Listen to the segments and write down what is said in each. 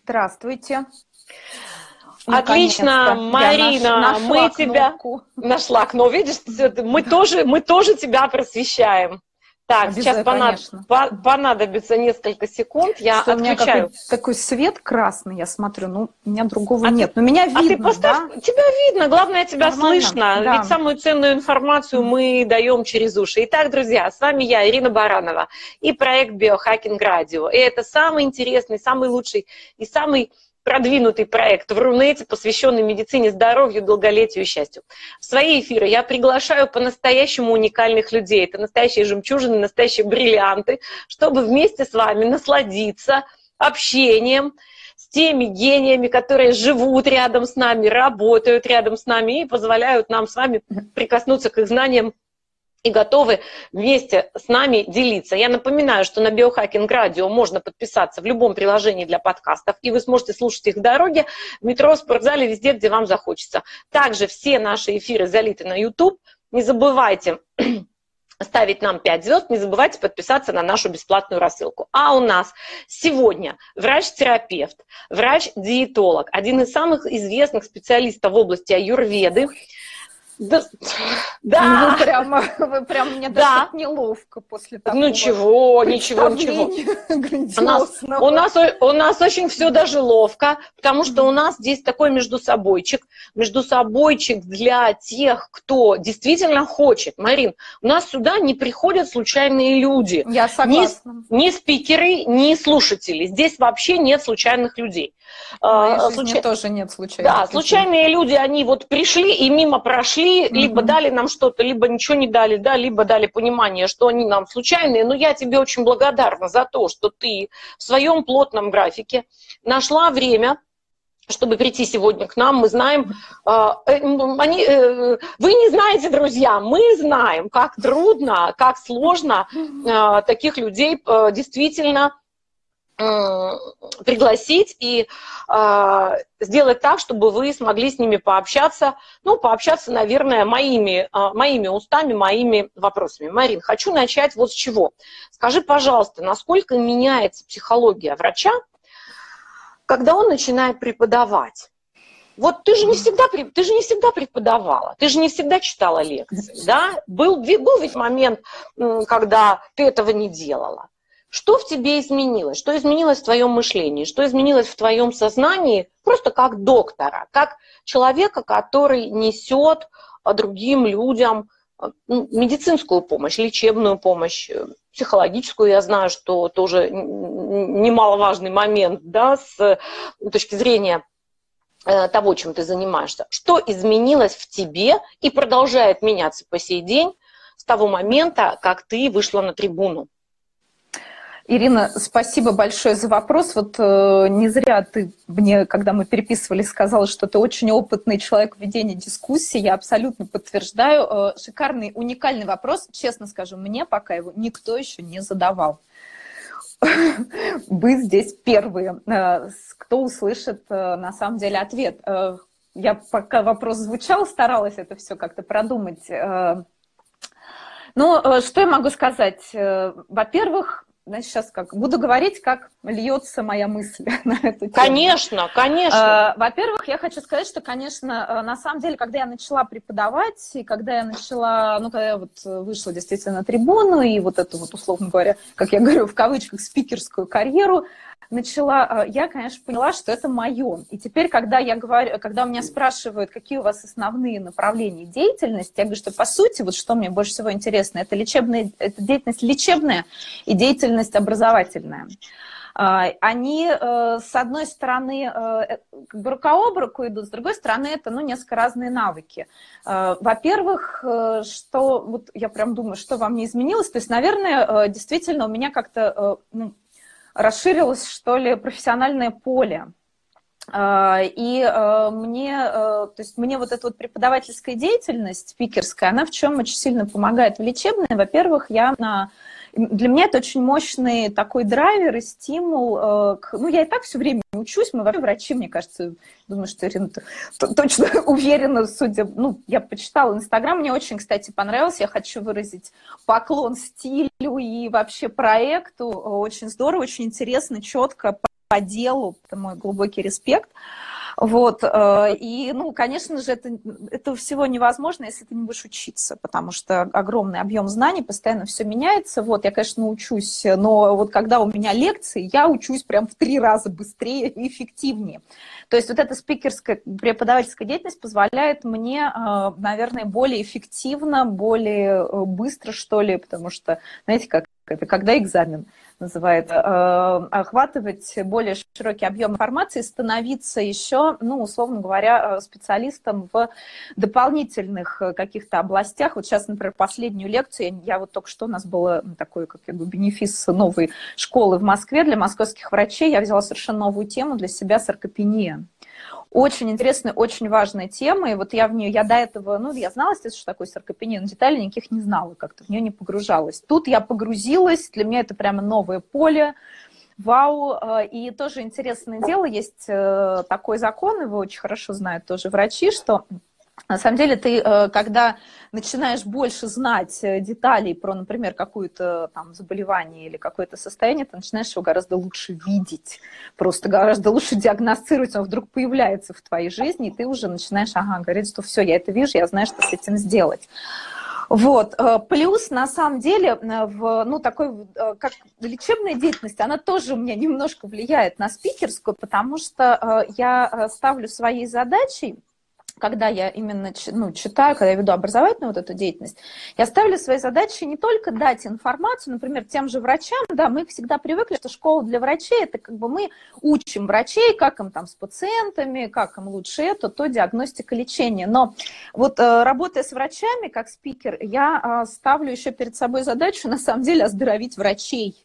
Здравствуйте. Отлично, Марина, мы тебя нашла кнопку. Видишь, мы тоже тебя просвещаем. Так, сейчас понадобится несколько секунд, я отключаю. У меня такой свет красный, я смотрю, ну, у меня другого нет. Но меня видно, ты поставь, да? Тебя видно, главное, тебя нормально слышно. Да. Ведь самую ценную информацию мы даем через уши. Итак, друзья, с вами я, Ирина Баранова, и проект Биохакинг Радио. И это самый интересный, самый лучший и самый продвинутый проект в Рунете, посвященный медицине, здоровью, долголетию и счастью. В свои эфиры я приглашаю по-настоящему уникальных людей. Это настоящие жемчужины, настоящие бриллианты, чтобы вместе с вами насладиться общением с теми гениями, которые живут рядом с нами, работают рядом с нами и позволяют нам с вами прикоснуться к их знаниям и готовы вместе с нами делиться. Я напоминаю, что на Биохакинг Радио можно подписаться в любом приложении для подкастов, и вы сможете слушать их в дороге, в метро, в спортзале, везде, где вам захочется. Также все наши эфиры залиты на YouTube. Не забывайте ставить нам 5 звезд, не забывайте подписаться на нашу бесплатную рассылку. А у нас сегодня врач-терапевт, врач-диетолог, один из самых известных специалистов в области аюрведы. Да. Вы прям мне даже неловко после такого. Ну ничего. У нас очень все даже ловко, потому что у нас здесь такой междусобойчик для тех, кто действительно хочет. Марин, у нас сюда не приходят случайные люди. Я согласна. Ни спикеры, ни слушатели. Здесь вообще нет случайных людей. В моей жизни тоже нет случайных людей. Да, случайные люди, они вот пришли и мимо прошли, либо дали нам что-то, либо ничего не дали, да, либо дали понимание, что они нам случайные. Но я тебе очень благодарна за то, что ты в своем плотном графике нашла время, чтобы прийти сегодня к нам. Мы знаем, вы не знаете, друзья, мы знаем, как трудно, как сложно таких людей действительно пригласить и сделать так, чтобы вы смогли с ними пообщаться, наверное, моими устами, моими вопросами. Марин, хочу начать вот с чего. Скажи, пожалуйста, насколько меняется психология врача, когда он начинает преподавать? Вот ты же не всегда преподавала, ты же не всегда читала лекции, да? Был ведь момент, когда ты этого не делала. Что в тебе изменилось? Что изменилось в твоем мышлении? Что изменилось в твоем сознании? Просто как доктора, как человека, который несет другим людям медицинскую помощь, лечебную помощь, психологическую. Я знаю, что тоже немаловажный момент, да, с точки зрения того, чем ты занимаешься. Что изменилось в тебе и продолжает меняться по сей день с того момента, как ты вышла на трибуну? Ирина, спасибо большое за вопрос. Вот не зря ты мне, когда мы переписывались, сказала, что ты очень опытный человек в ведении дискуссии. Я абсолютно подтверждаю. Шикарный, уникальный вопрос. Честно скажу, мне пока его никто еще не задавал. Вы здесь первые, кто услышит на самом деле ответ. Я, пока вопрос звучал, старалась это все как-то продумать. Ну, что я могу сказать? Во-первых, значит, сейчас буду говорить, как льется моя мысль на эту тему. Конечно, конечно. Во-первых, я хочу сказать, что, конечно, на самом деле, когда я начала преподавать, и когда я начала, когда я вот вышла действительно на трибуну, и вот эту вот, условно говоря, как я говорю, в кавычках, спикерскую карьеру начала, я, конечно, поняла, что это мое. И теперь, когда у меня спрашивают, какие у вас основные направления деятельности, я говорю, что по сути, вот что мне больше всего интересно, это деятельность лечебная и деятельность образовательная. Они, с одной стороны, рука об руку идут, с другой стороны, это, несколько разные навыки. Во-первых, вот я прям думаю, что во мне изменилось, то есть, наверное, действительно у меня как-то расширилось, что ли, профессиональное поле. И мне вот эта вот преподавательская деятельность, спикерская, она в чем очень сильно помогает в лечебной. Во-первых, для меня это очень мощный такой драйвер и стимул. Я и так все время учусь, мы вообще врачи, мне кажется, думаю, что Ирина точно уверена, я почитала Инстаграм, мне очень, кстати, понравился, я хочу выразить поклон стилю и вообще проекту, очень здорово, очень интересно, четко, по делу, это мой глубокий респект. Вот, и, ну, конечно же, это всего невозможно, если ты не будешь учиться, потому что огромный объем знаний, постоянно все меняется. Вот, я, конечно, учусь, но вот когда у меня лекции, я учусь прям в 3 раза быстрее и эффективнее. То есть вот эта спикерская, преподавательская деятельность позволяет мне, наверное, более эффективно, более быстро, что ли, потому что, знаете, как это, когда экзамен называет, охватывать более широкий объем информации, становиться еще, ну, условно говоря, специалистом в дополнительных каких-то областях. Вот сейчас, например, последнюю лекцию, я вот только что, у нас был такой, как я говорю, бенефис новой школы в Москве для московских врачей, я взяла совершенно новую тему для себя — саркопения. Очень интересная, очень важная тема, и вот я в нее, я до этого, ну, я знала, естественно, что такое саркопения, но деталей никаких не знала, как-то в нее не погружалась. Тут я погрузилась, для меня это прямо новое поле, вау, и тоже интересное дело, есть такой закон, его очень хорошо знают тоже врачи, что на самом деле ты, когда начинаешь больше знать деталей про, например, какое-то там заболевание или какое-то состояние, ты начинаешь его гораздо лучше видеть, просто гораздо лучше диагностировать, он вдруг появляется в твоей жизни, и ты уже начинаешь, говорить, что все, я это вижу, я знаю, что с этим сделать. Вот. Плюс, на самом деле, ну, такой, как лечебная деятельность, она тоже у меня немножко влияет на спикерскую, потому что я ставлю своей задачей, когда я именно читаю, когда я веду образовательную вот эту деятельность, я ставлю свои задачи не только дать информацию, например, тем же врачам, да, мы всегда привыкли, что школа для врачей, это как бы мы учим врачей, как им там с пациентами, как им лучше это, то диагностика, лечение. Но вот работая с врачами, как спикер, я ставлю еще перед собой задачу, на самом деле, оздоровить врачей.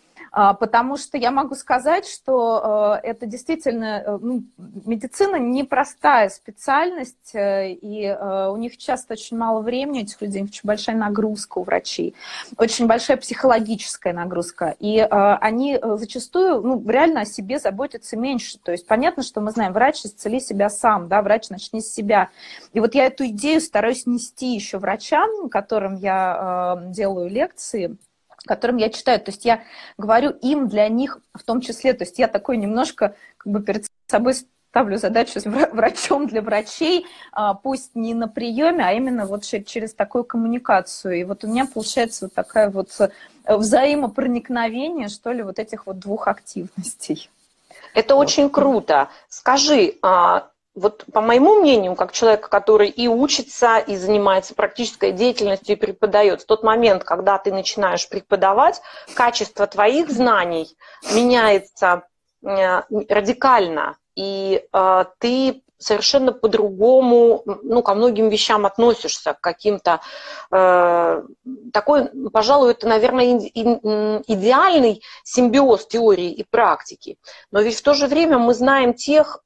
Потому что я могу сказать, что это действительно, ну, медицина непростая специальность, и у них часто очень мало времени, у этих людей очень большая нагрузка у врачей, очень большая психологическая нагрузка, и они зачастую, ну, реально о себе заботятся меньше. То есть понятно, что мы знаем, врач исцели себя сам, да, врач начни с себя. И вот я эту идею стараюсь нести еще врачам, которым я делаю лекции, которым я читаю, то есть я говорю им, для них в том числе, то есть я такой немножко как бы перед собой ставлю задачу с врачом для врачей, пусть не на приеме, а именно вот через такую коммуникацию. И вот у меня получается вот такая вот взаимопроникновение, что ли, вот этих вот двух активностей. Это очень круто. Скажи, вот по моему мнению, как человека, который и учится, и занимается практической деятельностью, и преподает, в тот момент, когда ты начинаешь преподавать, качество твоих знаний меняется радикально, и ты совершенно по-другому, ну, ко многим вещам относишься, к каким-то... такой, пожалуй, это, наверное, идеальный симбиоз теории и практики. Но ведь в то же время мы знаем тех...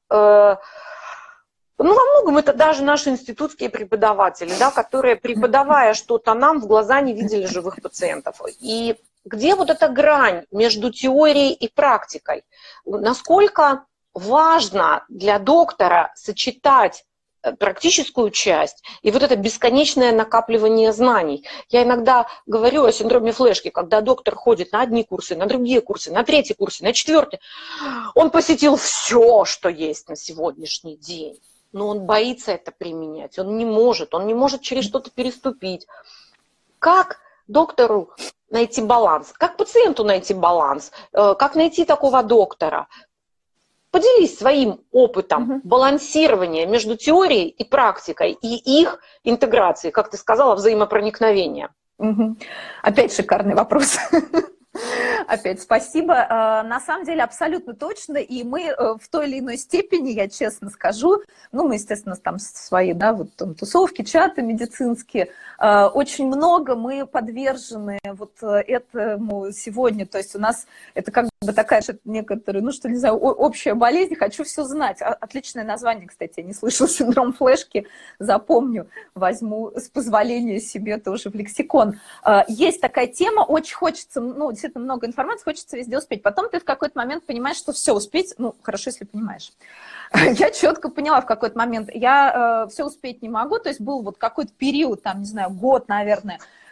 Ну, во многом это даже наши институтские преподаватели, да, которые, преподавая что-то нам, в глаза не видели живых пациентов. И где вот эта грань между теорией и практикой? Насколько важно для доктора сочетать практическую часть и вот это бесконечное накапливание знаний. Я иногда говорю о синдроме флешки, когда доктор ходит на одни курсы, на другие курсы, на третьи курсы, на четвертые. Он посетил все, что есть на сегодняшний день. Но он боится это применять, он не может через что-то переступить. Как доктору найти баланс? Как пациенту найти баланс? Как найти такого доктора? Поделись своим опытом балансирования между теорией и практикой и их интеграцией, как ты сказала, взаимопроникновения. Опять шикарный вопрос. Опять спасибо. На самом деле абсолютно точно, и мы в той или иной степени, я честно скажу, ну, мы, естественно, там свои, да, вот там тусовки, чаты медицинские, очень много мы подвержены вот этому сегодня, то есть у нас это как бы такая некоторая, ну, что, не знаю, общая болезнь, хочу все знать. Отличное название, кстати, я не слышала, синдром флешки, запомню, возьму с позволения себе тоже в лексикон. Есть такая тема, очень хочется, ну, действительно много информации, хочется везде успеть. Потом ты в какой-то момент понимаешь, что все успеть, ну, хорошо, если понимаешь. Я четко поняла в какой-то момент, я все успеть не могу, то есть был вот какой-то период, там, не знаю, год, наверное,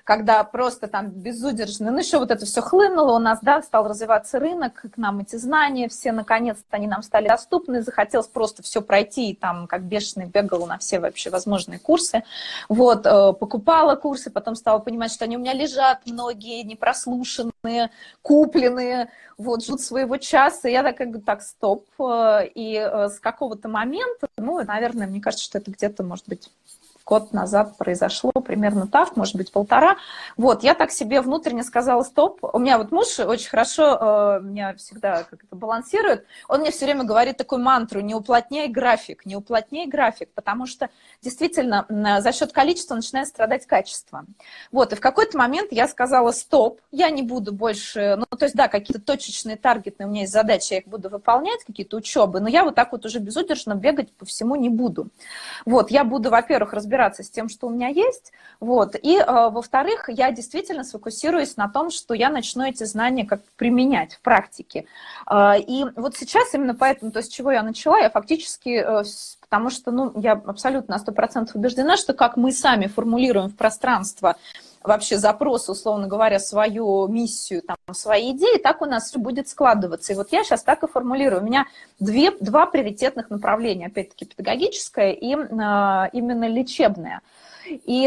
когда просто там безудержно, ну, еще вот это все хлынуло у нас, да, стал развиваться рынок, к нам эти знания все, наконец-то они нам стали доступны, захотелось просто все пройти, и там как бешеный бегала на все вообще возможные курсы, вот, покупала курсы, потом стала понимать, что они у меня лежат, многие непрослушанные, купленные, вот, ждут своего часа, и я так, как бы, так, стоп, и с какого-то момента, ну, наверное, мне кажется, что это где-то, может быть, год назад произошло, примерно так, может быть, 1,5. Вот, я так себе внутренне сказала, стоп. У меня вот муж очень хорошо меня всегда как это балансирует. Он мне все время говорит такую мантру: не уплотняй график, не уплотняй график, потому что действительно за счет количества начинает страдать качество. Вот, и в какой-то момент я сказала, стоп, я не буду больше, ну, то есть, да, какие-то точечные таргетные у меня есть задачи, я их буду выполнять, какие-то учебы, но я вот так вот уже безудержно бегать по всему не буду. Вот, я буду, во-первых, разбираться с тем, что у меня есть, вот, и, во-вторых, я действительно сфокусируюсь на том, что я начну эти знания как применять в практике. И вот сейчас именно поэтому, то есть, с чего я начала, я фактически, потому что, ну, я абсолютно на 100% убеждена, что как мы сами формулируем в пространство вообще запрос, условно говоря, свою миссию, там, свои идеи, так у нас все будет складываться. И вот я сейчас так и формулирую. У меня два приоритетных направления, опять-таки, педагогическое и именно лечебное. И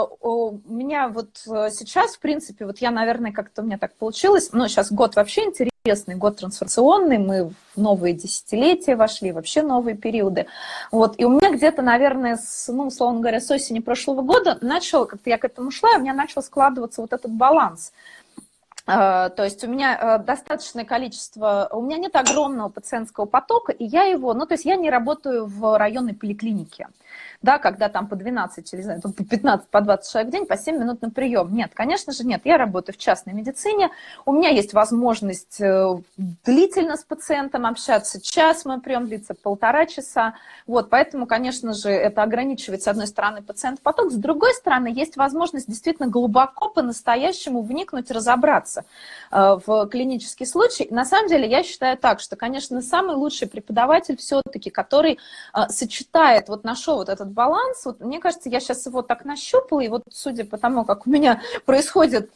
у меня вот сейчас, в принципе, вот я, наверное, как-то у меня так получилось, но сейчас год вообще интересный, год трансформационный, мы в новые десятилетия вошли, вообще новые периоды. Вот, и у меня где-то, наверное, ну, условно говоря, с осени прошлого года как-то я к этому шла, и у меня начал складываться вот этот баланс. То есть у меня достаточное количество, у меня нет огромного пациентского потока, и я его, ну, то есть я не работаю в районной поликлинике, да, когда там по 12, или, знаю, по 15, по 20 человек в день, по 7 минут на прием. Нет, конечно же, нет. Я работаю в частной медицине, у меня есть возможность длительно с пациентом общаться, час мой прием длится 1,5 часа, вот, поэтому, конечно же, это ограничивает, с одной стороны, пациент-поток, с другой стороны, есть возможность действительно глубоко по-настоящему вникнуть, разобраться в клинический случай. На самом деле, я считаю так, что, конечно, самый лучший преподаватель все-таки, который сочетает, вот нашел вот этот баланс, вот, мне кажется, я сейчас его так нащупала, и вот судя по тому, как у меня происходит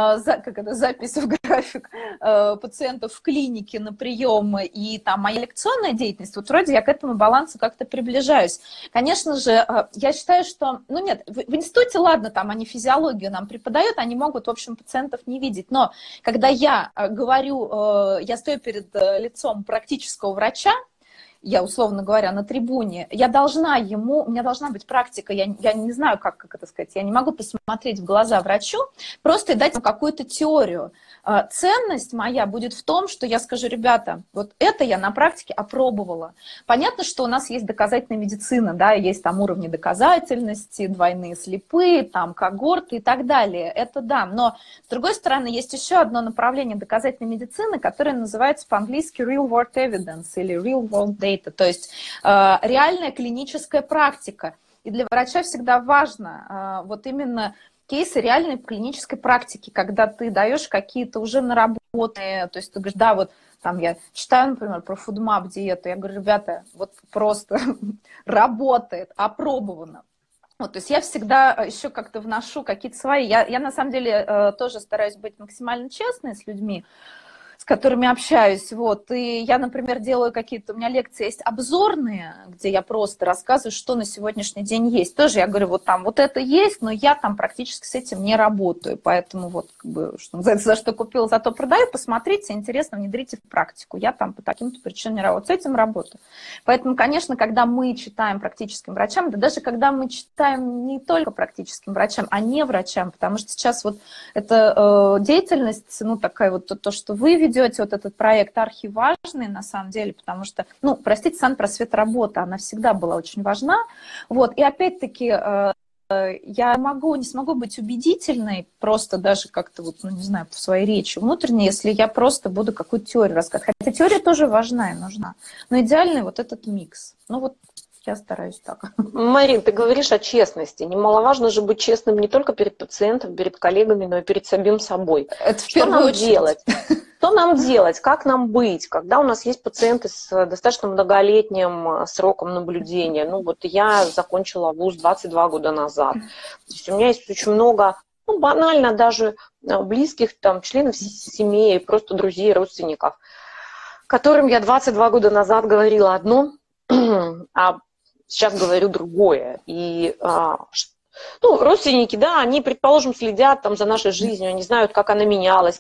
запись в график пациентов в клинике на прием и там моя лекционная деятельность, вот вроде я к этому балансу как-то приближаюсь. Конечно же, я считаю, что, ну нет, в институте, ладно, там они физиологию нам преподают, они могут, в общем, пациентов не видеть, но когда я говорю, я стою перед лицом практического врача, я, условно говоря, на трибуне, у меня должна быть практика, я не знаю, как это сказать, я не могу посмотреть в глаза врачу, просто дать ему какую-то теорию. Ценность моя будет в том, что я скажу, ребята, вот это я на практике опробовала. Понятно, что у нас есть доказательная медицина, да, есть там уровни доказательности, двойные слепые, там когорты и так далее, это да, но с другой стороны есть еще одно направление доказательной медицины, которое называется по-английски real world evidence или real world data, то есть реальная клиническая практика. И для врача всегда важно вот именно кейсы реальной клинической практики, когда ты даешь какие-то уже наработанные, то есть ты говоришь, да, вот там я читаю, например, про FoodMap диету, я говорю, ребята, вот просто работает, опробовано. Вот, то есть я всегда еще как-то вношу какие-то свои, я на самом деле тоже стараюсь быть максимально честной с людьми, с которыми общаюсь, вот, и я, например, делаю какие-то, у меня лекции есть обзорные, где я просто рассказываю, что на сегодняшний день есть, тоже я говорю, вот там вот это есть, но я там практически с этим не работаю, поэтому вот, как бы, что называется, за что купил, зато продаю, посмотрите, интересно, внедрите в практику, я там по таким-то причинам не работаю, с этим работаю. Поэтому, конечно, когда мы читаем практическим врачам, да даже когда мы читаем не только практическим врачам, а не врачам, потому что сейчас вот эта деятельность, ну, такая вот то, что вы ведете, вот этот проект архиважный на самом деле, потому что, ну, простите, санпросветработа, она всегда была очень важна. Вот, и опять-таки я не смогу быть убедительной просто даже как-то вот, ну, не знаю, в своей речи внутренней, если я просто буду какую-то теорию рассказывать. Хотя теория тоже важна и нужна. Но идеальный вот этот микс. Ну вот я стараюсь так. Марин, ты говоришь о честности. Немаловажно же быть честным не только перед пациентом, перед коллегами, но и перед самим собой. Это в первую очередь. Делать? Что нам делать? Как нам быть? Когда у нас есть пациенты с достаточно многолетним сроком наблюдения. Ну вот я закончила вуз 22 года назад. То есть у меня есть очень много ну, банально даже близких там членов семьи, просто друзей, родственников, которым я 22 года назад говорила одно, а сейчас говорю другое. И ну, родственники, да, они, предположим, следят там за нашей жизнью, они знают, как она менялась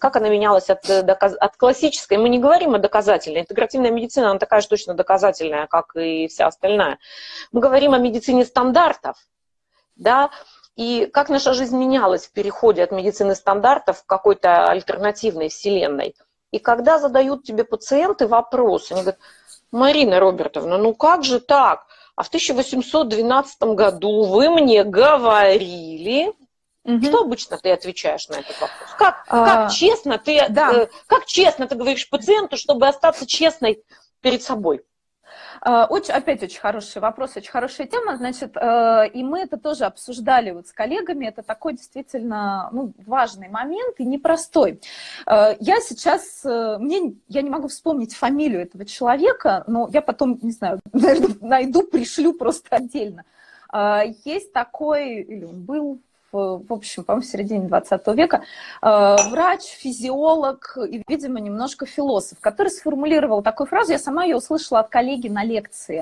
от классической. Мы не говорим о доказательной. Интегративная медицина, она такая же точно доказательная, как и вся остальная. Мы говорим о медицине стандартов, да, и как наша жизнь менялась в переходе от медицины стандартов к какой-то альтернативной вселенной. И когда задают тебе пациенты вопрос, они говорят: Марина Робертовна, ну как же так? А в 1812 году вы мне говорили, что обычно ты отвечаешь на этот вопрос? Как честно ты говоришь пациенту, чтобы остаться честной перед собой? Опять очень хороший вопрос, очень хорошая тема. Значит, и мы это тоже обсуждали вот с коллегами. Это такой действительно, ну, важный момент и непростой. Я сейчас, я не могу вспомнить фамилию этого человека, но я потом, не знаю, наверное, найду, пришлю просто отдельно. Есть такой, или он был, в общем, по-моему, в середине 20 века, врач, физиолог и, видимо, немножко философ, который сформулировал такую фразу, я сама ее услышала от коллеги на лекции.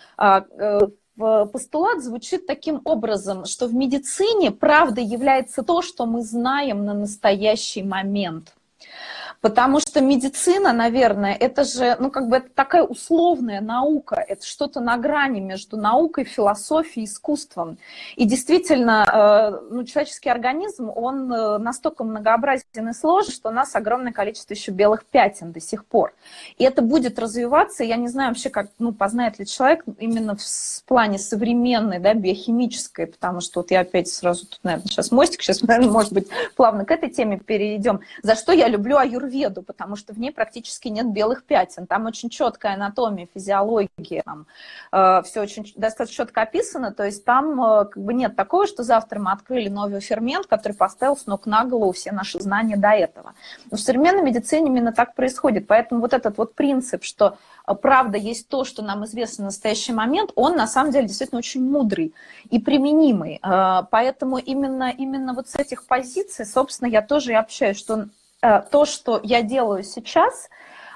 Постулат звучит таким образом, что в медицине правдой является то, что мы знаем на настоящий момент. Потому что медицина, наверное, это же, ну, как бы это такая условная наука, это что-то на грани между наукой, философией, искусством. И действительно, ну, человеческий организм, он настолько многообразен и сложен, что у нас огромное количество еще белых пятен до сих пор. И это будет развиваться, я не знаю вообще, как, ну, познает ли человек именно в плане современной, да, биохимической, потому что вот я опять сразу тут, наверное, сейчас мостик, сейчас, наверное, может быть, плавно к этой теме перейдем. За что я люблю аюрведу, потому что в ней практически нет белых пятен. Там очень четкая анатомия, физиология, там, все очень достаточно четко описано, то есть там как бы нет такого, что завтра мы открыли новый фермент, который поставил с ног на голову все наши знания до этого. Но в современной медицине именно так происходит, поэтому вот этот вот принцип, что правда есть то, что нам известно в настоящий момент, он на самом деле действительно очень мудрый и применимый. Поэтому именно вот с этих позиций, собственно, я тоже и общаюсь, что то, что я делаю сейчас,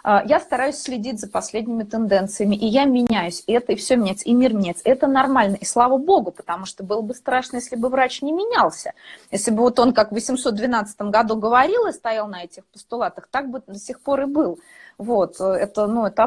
я стараюсь следить за последними тенденциями, и я меняюсь, и это и все меняется, и мир меняется. Это нормально, и слава богу, потому что было бы страшно, если бы врач не менялся. Если бы вот он, как в 812 году говорил и стоял на этих постулатах, так бы до сих пор и был. Вот, это, ну, это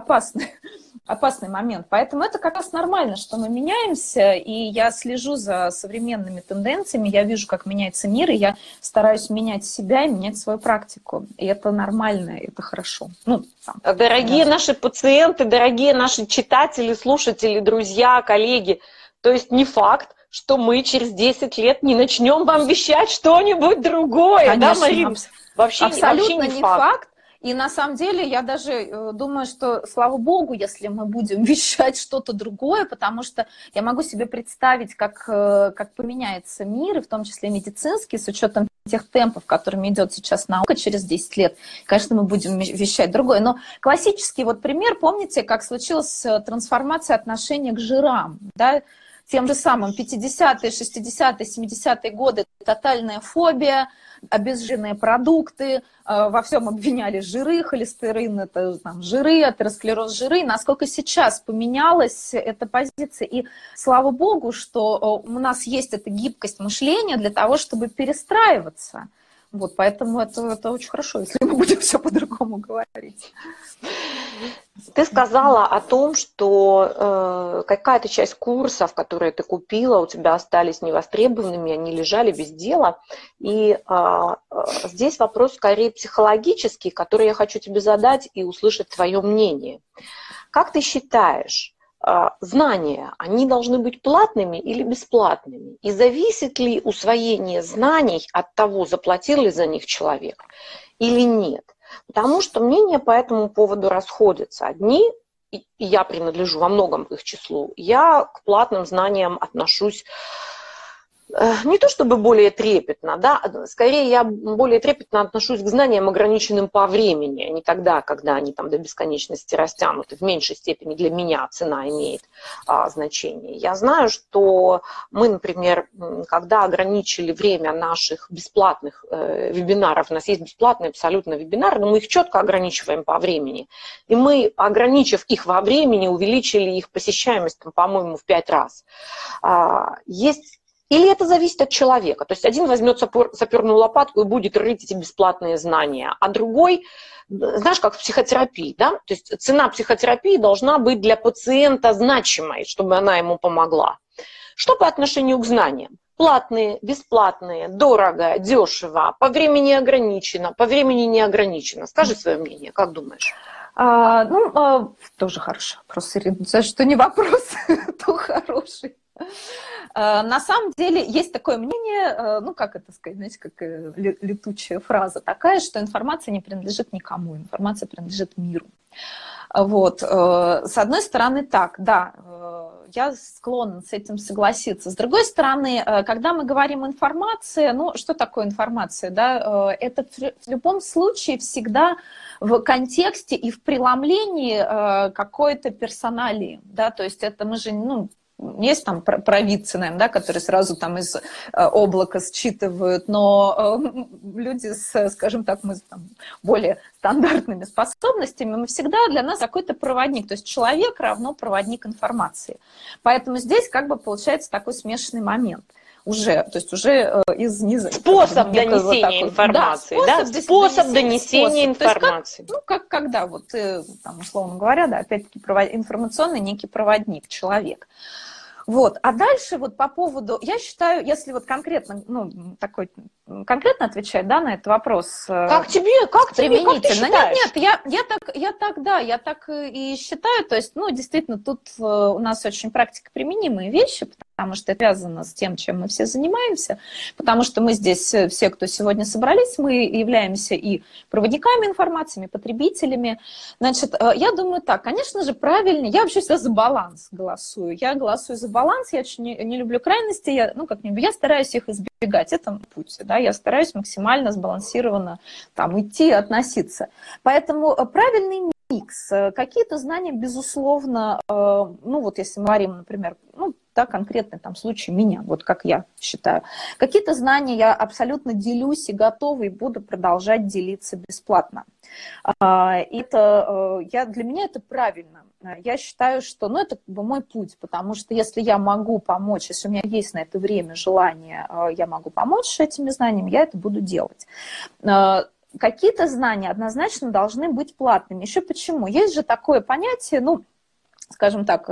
опасный момент. Поэтому это как раз нормально, что мы меняемся, и я слежу за современными тенденциями, я вижу, как меняется мир, и я стараюсь менять себя и менять свою практику. И это нормально, это хорошо. Ну, там, дорогие наши пациенты, дорогие наши читатели, слушатели, друзья, коллеги, то есть не факт, что мы через 10 лет не начнем вам вещать что-нибудь другое, конечно, да, Марин? Абсолютно не факт. И на самом деле я даже думаю, что, слава богу, если мы будем вещать что-то другое, потому что я могу себе представить, как поменяется мир, и в том числе медицинский, с учетом тех темпов, которыми идет сейчас наука через 10 лет. Конечно, мы будем вещать другое. Но классический вот пример, помните, как случилась трансформация отношения к жирам, да? Тем же самым 50-е, 60-е, 70-е годы тотальная фобия, обезжиренные продукты, во всем обвиняли жиры, холестерин, это там, жиры, атеросклероз, жиры. Насколько сейчас поменялась эта позиция. И слава богу, что у нас есть эта гибкость мышления для того, чтобы перестраиваться. Вот, поэтому это очень хорошо, если мы будем все по-другому говорить. Ты сказала о том, что какая-то часть курсов, которые ты купила, у тебя остались невостребованными, они лежали без дела. И здесь вопрос скорее психологический, который я хочу тебе задать и услышать твое мнение. Как ты считаешь, знания, они должны быть платными или бесплатными? И зависит ли усвоение знаний от того, заплатил ли за них человек или нет? Потому что мнения по этому поводу расходятся. Одни, и я принадлежу во многом к их числу, я к платным знаниям отношусь не то чтобы более трепетно, да, скорее я более трепетно отношусь к знаниям, ограниченным по времени, не тогда, когда они там до бесконечности растянуты, в меньшей степени для меня цена имеет значение. Я знаю, что мы, например, когда ограничили время наших бесплатных вебинаров, у нас есть бесплатные абсолютно вебинары, но мы их четко ограничиваем по времени, и мы, ограничив их во времени, увеличили их посещаемость, по-моему, в 5 раз. Есть Или это зависит от человека. То есть один возьмет саперную лопатку и будет рыть эти бесплатные знания, а другой, знаешь, как в психотерапии, да? То есть цена психотерапии должна быть для пациента значимой, чтобы она ему помогла. Что по отношению к знаниям? Платные, бесплатные, дорого, дешево, по времени ограничено, по времени не ограничено. Скажи свое мнение, как думаешь? Тоже хороший вопрос, Ирина. Что не вопрос, то хороший. На самом деле есть такое мнение, как это сказать, знаете, как летучая фраза такая, что информация не принадлежит никому, информация принадлежит миру. Вот. С одной стороны, так, да, я склонна с этим согласиться. С другой стороны, когда мы говорим информация, что такое информация? Да? Это в любом случае всегда в контексте и в преломлении какой-то персоналии, да, то есть это мы же, есть там провидцы, наверное, да, которые сразу там из облака считывают, но люди с, скажем так, мы там более стандартными способностями, мы всегда для нас какой-то проводник, то есть человек равно проводник информации. Поэтому здесь как бы получается такой смешанный момент. Уже из низа. Способ донесения информации, да? Способ донесения информации. То есть когда вот ты, там, условно говоря, да, опять-таки информационный некий проводник, человек. Вот. А дальше вот по поводу, я считаю, если вот конкретно, конкретно отвечать, да, на этот вопрос. Как ты считаешь? Нет, я так и считаю, то есть, действительно, тут у нас очень практикоприменимые вещи, потому что это связано с тем, чем мы все занимаемся, потому что мы здесь, все, кто сегодня собрались, мы являемся и проводниками информации, и потребителями. Значит, я думаю так, конечно же, правильно, я вообще всегда за баланс голосую. Я голосую за баланс, я очень не люблю крайности, я стараюсь их избегать, это путь, да, я стараюсь максимально сбалансированно там идти, относиться. Поэтому правильный микс, какие-то знания, безусловно, если мы говорим, например, конкретный там случай меня, вот как я считаю. Какие-то знания я абсолютно делюсь и готова, и буду продолжать делиться бесплатно. Для меня это правильно. Я считаю, что это как бы мой путь, потому что если я могу помочь, если у меня есть на это время, желание, я могу помочь этими знаниями, я это буду делать. Какие-то знания однозначно должны быть платными. Еще почему? Есть же такое понятие, скажем так,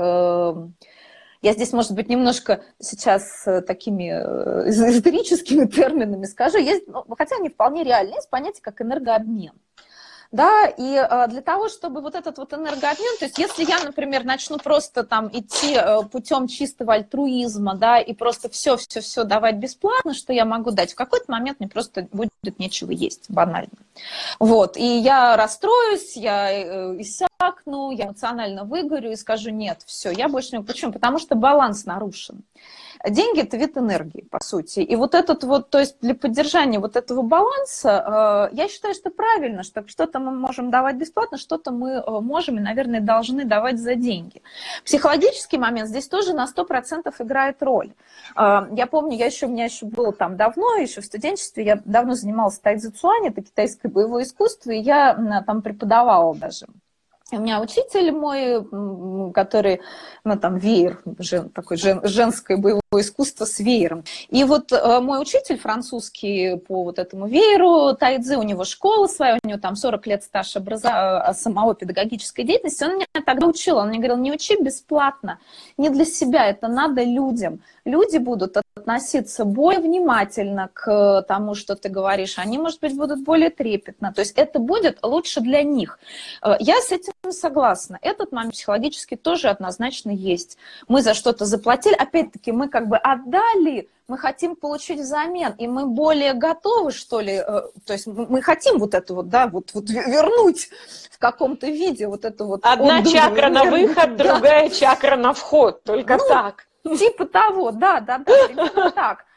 я здесь, может быть, немножко сейчас такими эзотерическими терминами скажу, хотя они вполне реальны, есть понятие как энергообмен. Да, и для того, чтобы вот этот вот энергообмен, то есть если я, например, начну просто там идти путем чистого альтруизма, да, и просто все давать бесплатно, что я могу дать, в какой-то момент мне просто будет нечего есть, банально. Вот, и я расстроюсь, я иссякну, я эмоционально выгорю и скажу, нет, все, я больше не... Почему? Потому что баланс нарушен. Деньги – это вид энергии, по сути. И вот этот вот, то есть для поддержания вот этого баланса, я считаю, что правильно, что что-то мы можем давать бесплатно, что-то мы можем и, наверное, должны давать за деньги. Психологический момент здесь тоже на 100% играет роль. Я помню, у меня еще было там давно, еще в студенчестве, я давно занималась тайцзи-цюань, это китайское боевое искусство, и я там преподавала даже. У меня учитель мой, который, веер, такое женское боевое искусство с веером. И вот мой учитель французский по вот этому вееру, тайцзи, у него школа своя, у него там 40 лет стаж самого педагогической деятельности, он меня тогда учил, он мне говорил, не учи бесплатно, не для себя, это надо людям. Люди будут относиться более внимательно к тому, что ты говоришь, они, может быть, будут более трепетно, то есть это будет лучше для них. Я с этим согласна. Этот момент психологически тоже однозначно есть. Мы за что-то заплатили, опять-таки мы как бы отдали, мы хотим получить взамен, и мы более готовы, что ли, то есть мы хотим вот это вот, да, вот вернуть в каком-то виде вот это вот. Одна чакра на выход, другая чакра на вход, только так. Типа того, да, именно так.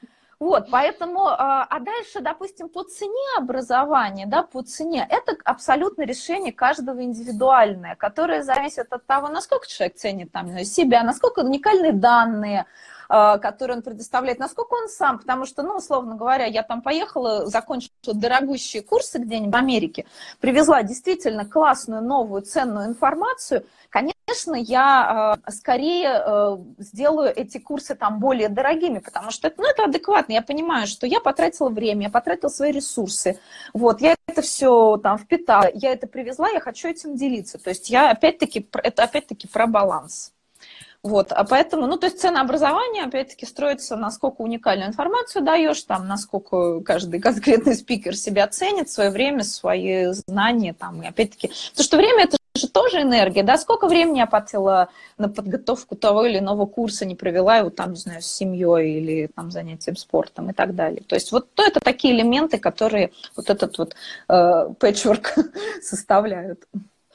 Вот, поэтому, а дальше, допустим, по цене образования, да, по цене, это абсолютно решение каждого индивидуальное, которое зависит от того, насколько человек ценит там себя, насколько уникальные данные, которые он предоставляет, насколько он сам, потому что, ну, условно говоря, я там поехала, закончила дорогущие курсы где-нибудь в Америке, привезла действительно классную, новую, ценную информацию, конечно, я скорее сделаю эти курсы там более дорогими, потому что это, ну, это адекватно, я понимаю, что я потратила время, я потратила свои ресурсы, вот, я это все там впитала, я это привезла, я хочу этим делиться, то есть я опять-таки, это опять-таки про баланс. Вот, а поэтому, ну, то есть ценообразование, опять-таки, строится, насколько уникальную информацию даешь, там, насколько каждый конкретный спикер себя ценит, свое время, свои знания, там, и опять-таки, потому что время – это же тоже энергия, да, сколько времени я потратила на подготовку того или иного курса, не провела его, там, не знаю, с семьей или, там, занятием спортом и так далее. То есть вот то это такие элементы, которые вот этот вот пэтчворк составляют.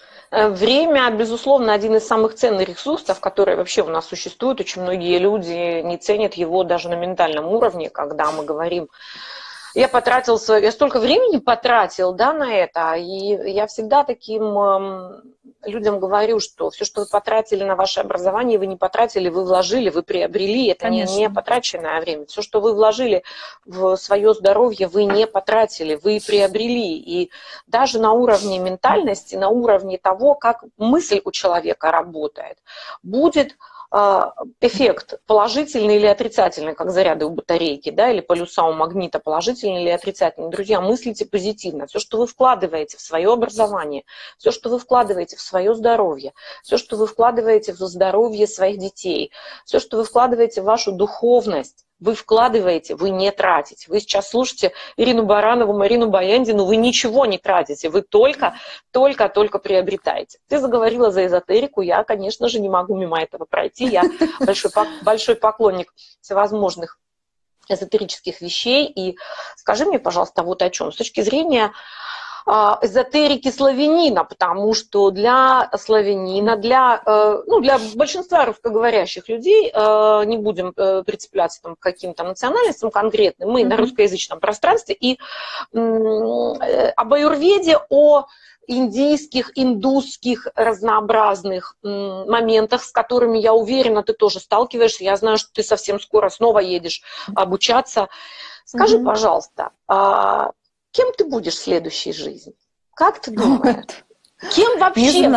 Время, безусловно, один из самых ценных ресурсов, которые вообще у нас существуют. Очень многие люди не ценят его даже на ментальном уровне, когда мы говорим, я столько времени потратил, да, на это, и я всегда таким людям говорю, что все, что вы потратили на ваше образование, вы не потратили, вы вложили, вы приобрели, это не потраченное время. Все, что вы вложили в свое здоровье, вы не потратили, вы приобрели. И даже на уровне ментальности, на уровне того, как мысль у человека работает, будет эффект положительный или отрицательный, как заряды у батарейки, да, или полюса у магнита, положительный или отрицательный. Друзья, мыслите позитивно. Все, что вы вкладываете в свое образование, все, что вы вкладываете в свое здоровье, все, что вы вкладываете в здоровье своих детей, все, что вы вкладываете в вашу духовность, вы вкладываете, вы не тратите. Вы сейчас слушаете Ирину Баранову, Марину Баяндину, вы ничего не тратите, вы только приобретаете. Ты заговорила за эзотерику, я, конечно же, не могу мимо этого пройти. Я большой поклонник всевозможных эзотерических вещей. И скажи мне, пожалуйста, вот о чем. С точки зрения эзотерики славянина, потому что для славянина, для большинства русскоговорящих людей, не будем прицепляться там, к каким-то национальностям конкретным, мы на русскоязычном пространстве, и об аюрведе, о индийских, индусских разнообразных моментах, с которыми, я уверена, ты тоже сталкиваешься. Я знаю, что ты совсем скоро снова едешь обучаться. Скажи, пожалуйста, кем ты будешь в следующей жизни? Как ты думаешь? Кем вообще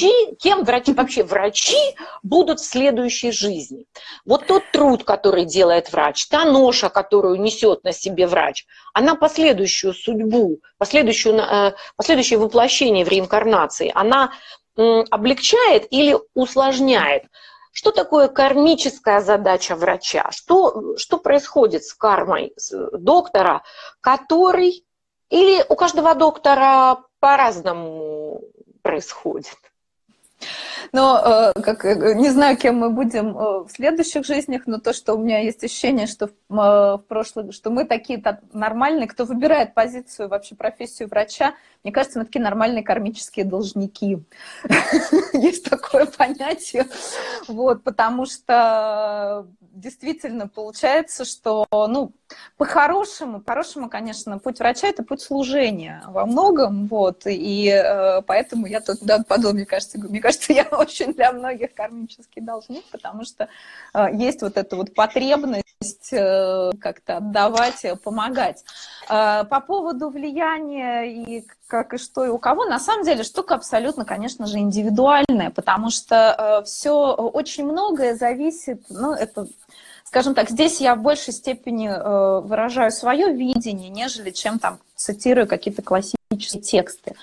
врачи будут в следующей жизи? Вот тот труд, который делает врач, та ноша, которую несет на себе врач, она последующую судьбу, последующее воплощение в реинкарнации, она облегчает или усложняет? Что такое кармическая задача врача? Что происходит с кармой доктора, который... Или у каждого доктора по-разному происходит? Но не знаю, кем мы будем в следующих жизнях, но то, что у меня есть ощущение, что в прошлом, что мы такие нормальные, кто выбирает позицию, вообще профессию врача, мне кажется, мы такие нормальные кармические должники. Есть такое понятие. Вот, потому что действительно получается, что, ну, по-хорошему, конечно, путь врача – это путь служения во многом, вот, и поэтому я тут подумала, мне кажется, я очень для многих кармический должник, потому что есть вот эта вот потребность как-то отдавать, помогать. По поводу влияния и как и что и у кого, на самом деле штука абсолютно, конечно же, индивидуальная, потому что все очень многое зависит, ну, это... Скажем так, здесь я в большей степени выражаю свое видение, нежели чем там цитирую какие-то классические тексты.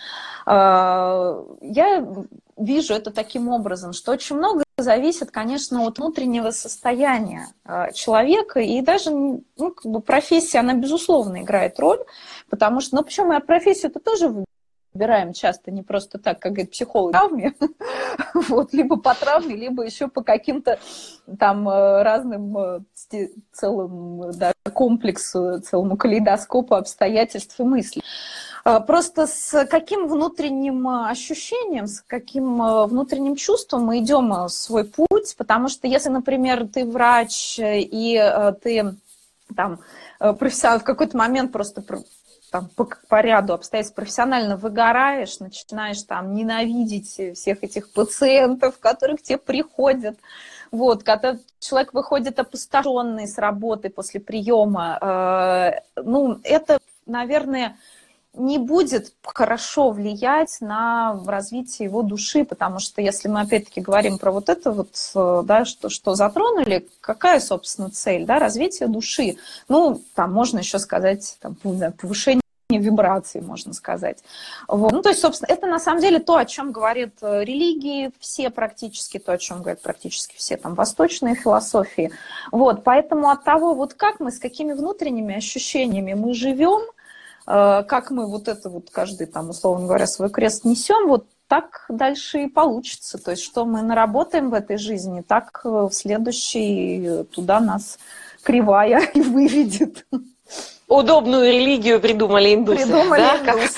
Я вижу это таким образом, что очень много зависит, конечно, от внутреннего состояния человека, и даже, ну, как бы профессия, она, безусловно, играет роль, потому что, ну, причем мы профессию-то тоже выбираем часто не просто так, как говорит психолог, травме, вот, либо по травме, либо еще по каким-то там разным целым, да, комплексу, целому калейдоскопу обстоятельств и мыслей. Просто с каким внутренним ощущением, с каким внутренним чувством мы идем свой путь, потому что если, например, ты врач и ты там в какой-то момент просто там, по ряду обстоятельств профессионально выгораешь, начинаешь там ненавидеть всех этих пациентов, которые к тебе приходят. Вот, когда человек выходит опустошенный с работы после приема, ну, это, наверное, не будет хорошо влиять на развитие его души, потому что если мы опять-таки говорим про вот это вот, да, что затронули, какая, собственно, цель, да, развитие души? Ну, там можно еще сказать, там, повышение вибраций, можно сказать. Вот. Ну, то есть, собственно, это на самом деле то, о чем говорят религии, все практически, то, о чем говорят практически все там восточные философии. Вот, поэтому от того, вот как мы, с какими внутренними ощущениями мы живем, как мы вот это вот каждый там, условно говоря, свой крест несем, вот так дальше и получится. То есть, что мы наработаем в этой жизни, так в следующей туда нас кривая и выведет. Удобную религию придумали индусы. Да?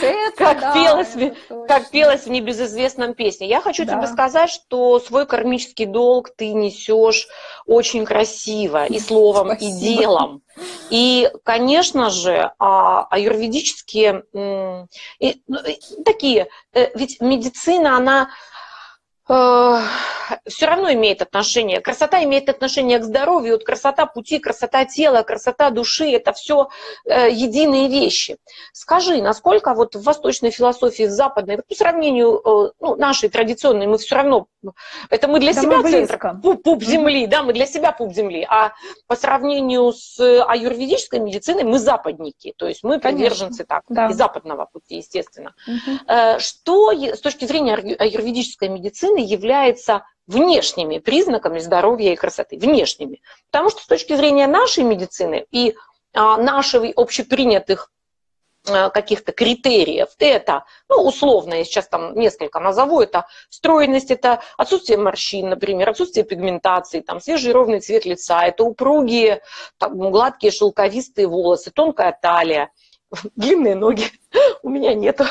Как пелось в небезызвестном песне. Я хочу тебе сказать, что свой кармический долг ты несешь очень красиво и словом, и делом. И, конечно же, аюрведические такие, ведь медицина, она все равно имеет отношение. Красота имеет отношение к здоровью. Вот красота пути, красота тела, красота души – это все единые вещи. Скажи, насколько вот в восточной философии, в западной, по сравнению нашей традиционной, мы все равно, это мы для себя центр, пуп земли, да, мы для себя пуп земли, а по сравнению с аюрведической медициной мы западники, то есть мы приверженцы и западного пути, естественно. Что с точки зрения аюрведической медицины является внешними признаками здоровья и красоты, внешними. Потому что с точки зрения нашей медицины и наших общепринятых каких-то критериев, это, условно, я сейчас там несколько назову, это стройность, это отсутствие морщин, например, отсутствие пигментации, там, свежий ровный цвет лица, это упругие, там, гладкие шелковистые волосы, тонкая талия, длинные ноги у меня нету.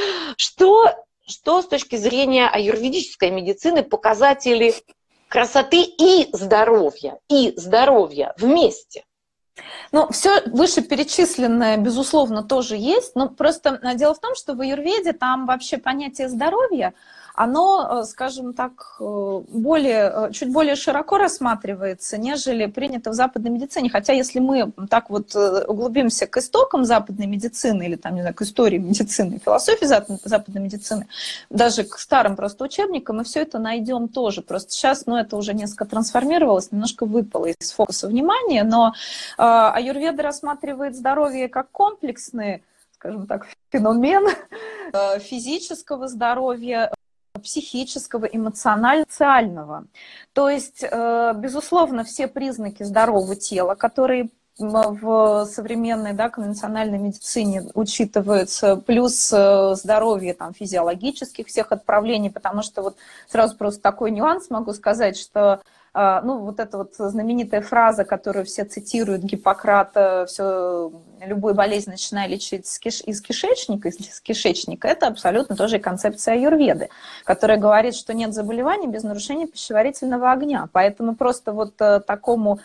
Что с точки зрения аюрведической медицины показатели красоты и здоровья вместе? Ну, все вышеперечисленное, безусловно, тоже есть, но просто дело в том, что в аюрведе там вообще понятие здоровья, оно, скажем так, чуть более широко рассматривается, нежели принято в западной медицине. Хотя если мы так вот углубимся к истокам западной медицины или там, не знаю, к истории медицины, философии западной медицины, даже к старым просто учебникам, мы все это найдем тоже. Просто сейчас, это уже несколько трансформировалось, немножко выпало из фокуса внимания, но аюрведа рассматривает здоровье как комплексный, скажем так, феномен физического здоровья, психического, эмоционально-социального. То есть, безусловно, все признаки здорового тела, которые в современной, конвенциональной медицине учитываются, плюс здоровье там, физиологических всех отправлений, потому что вот сразу просто такой нюанс могу сказать, что вот эта вот знаменитая фраза, которую все цитируют Гиппократа, любую болезнь начиная лечить из кишечника, это абсолютно тоже и концепция аюрведы, которая говорит, что нет заболеваний без нарушения пищеварительного огня. Поэтому просто вот такому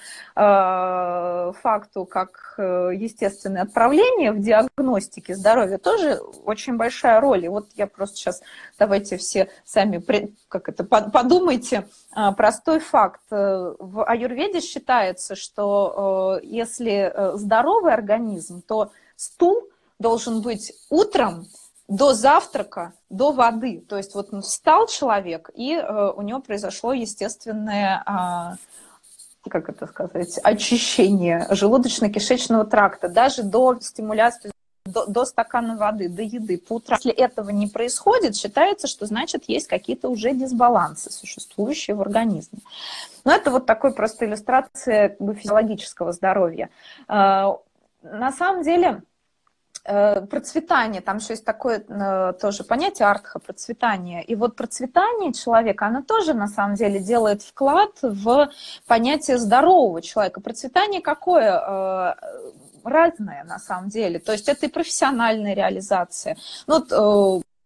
факту, как естественное отправление в диагностике здоровья, тоже очень большая роль. И вот я просто сейчас, давайте все сами подумайте. Простой факт. В аюрведе считается, что если здоровый организм, то стул должен быть утром до завтрака, до воды. То есть вот встал человек, и у него произошло естественное, очищение желудочно-кишечного тракта, даже до стимуляции, до стакана воды, до еды по утрам. Если этого не происходит, считается, что значит есть какие-то уже дисбалансы, существующие в организме. Но это вот такой просто иллюстрация физиологического здоровья. На самом деле процветание, там еще есть такое тоже понятие артха, процветание. И вот процветание человека, оно тоже на самом деле делает вклад в понятие здорового человека. Процветание какое? Разное на самом деле. То есть это и профессиональная реализация.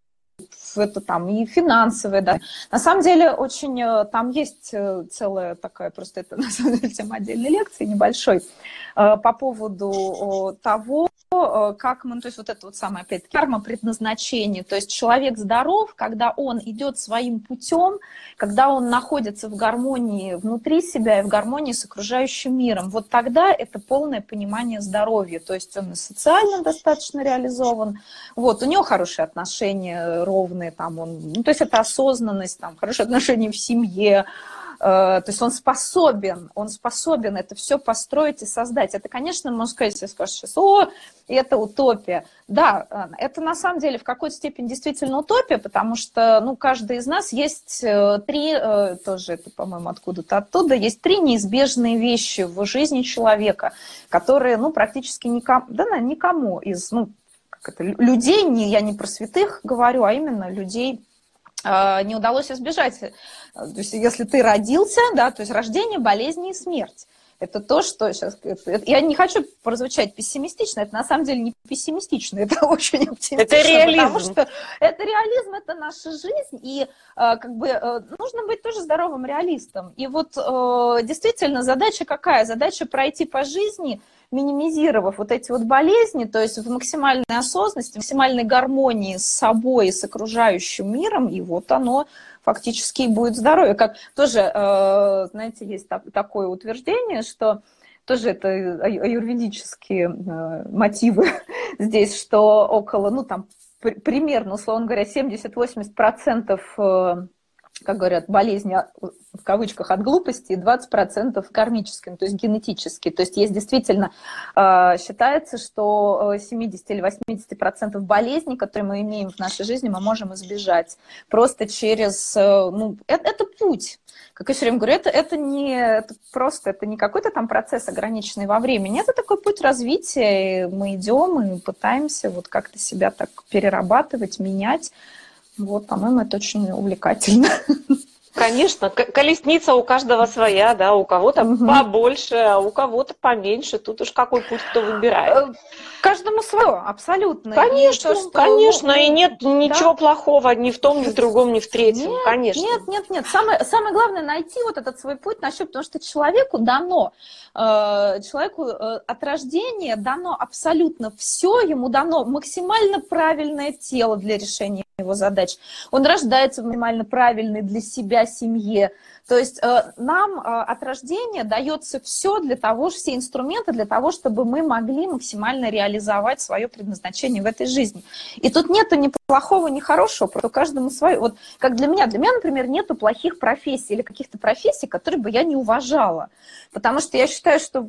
это там и финансовое, да. На самом деле очень, там есть целая такая, просто это на самом деле тема отдельной лекции небольшой, по поводу того, как мы, то есть вот это вот самое, опять-таки, карма предназначения, то есть человек здоров, когда он идет своим путем, когда он находится в гармонии внутри себя и в гармонии с окружающим миром, вот тогда это полное понимание здоровья, то есть он и социально достаточно реализован, вот, у него хорошие отношения ровные, там он, ну, то есть это осознанность, там, хорошие отношения в семье, то есть он способен это все построить и создать. Это, конечно, можно сказать, если скажешь сейчас, это утопия. Да, это на самом деле в какой-то степени действительно утопия, потому что, ну, каждый из нас есть тоже это, по-моему, откуда-то оттуда, есть 3 неизбежные вещи в жизни человека, которые, ну, практически никому из, ну, как это, людей, я не про святых говорю, а именно людей, не удалось избежать. То есть, если ты родился, да, то есть рождение, болезни и смерть. Это то, что сейчас... Я не хочу прозвучать пессимистично, это на самом деле не пессимистично, это очень оптимистично. Это реализм. Потому что это реализм, это наша жизнь, и как бы нужно быть тоже здоровым реалистом. И вот действительно задача какая? Задача пройти по жизни, минимизировав вот эти вот болезни, то есть в максимальной осознанности, в максимальной гармонии с собой и с окружающим миром, и вот оно фактически и будет здоровье. Как тоже, знаете, есть такое утверждение, что тоже это аюрведические мотивы здесь, что около, ну там, примерно, условно говоря, 70-80% как говорят, болезни, в кавычках, от глупости, и 20% кармическим, то есть генетически. То есть есть действительно, считается, что 70 или 80% болезней, которые мы имеем в нашей жизни, мы можем избежать просто через, ну, это путь. Как я все время говорю, это не какой-то там процесс, ограниченный во времени, это такой путь развития, и мы идем и пытаемся вот как-то себя так перерабатывать, менять. Вот, по-моему, это очень увлекательно. Конечно, колесница у каждого своя, да, у кого-то побольше, а у кого-то поменьше. Тут уж какой путь кто выбирает. Каждому свое, абсолютно. Конечно, конечно, и нет ничего плохого ни в том, ни в другом, ни в третьем, конечно. Нет. Самое главное найти вот этот свой путь, нащупать, потому что человеку от рождения дано абсолютно все, ему дано максимально правильное тело для решения его задач. Он рождается в максимально правильной для себя семье. То есть нам от рождения дается все инструменты для того, чтобы мы могли максимально реализовать свое предназначение в этой жизни. И тут нету ни плохого, ни хорошего, просто каждому свое. Вот как для меня, например, нету плохих профессий или каких-то профессий, которые бы я не уважала. Потому что я считаю, что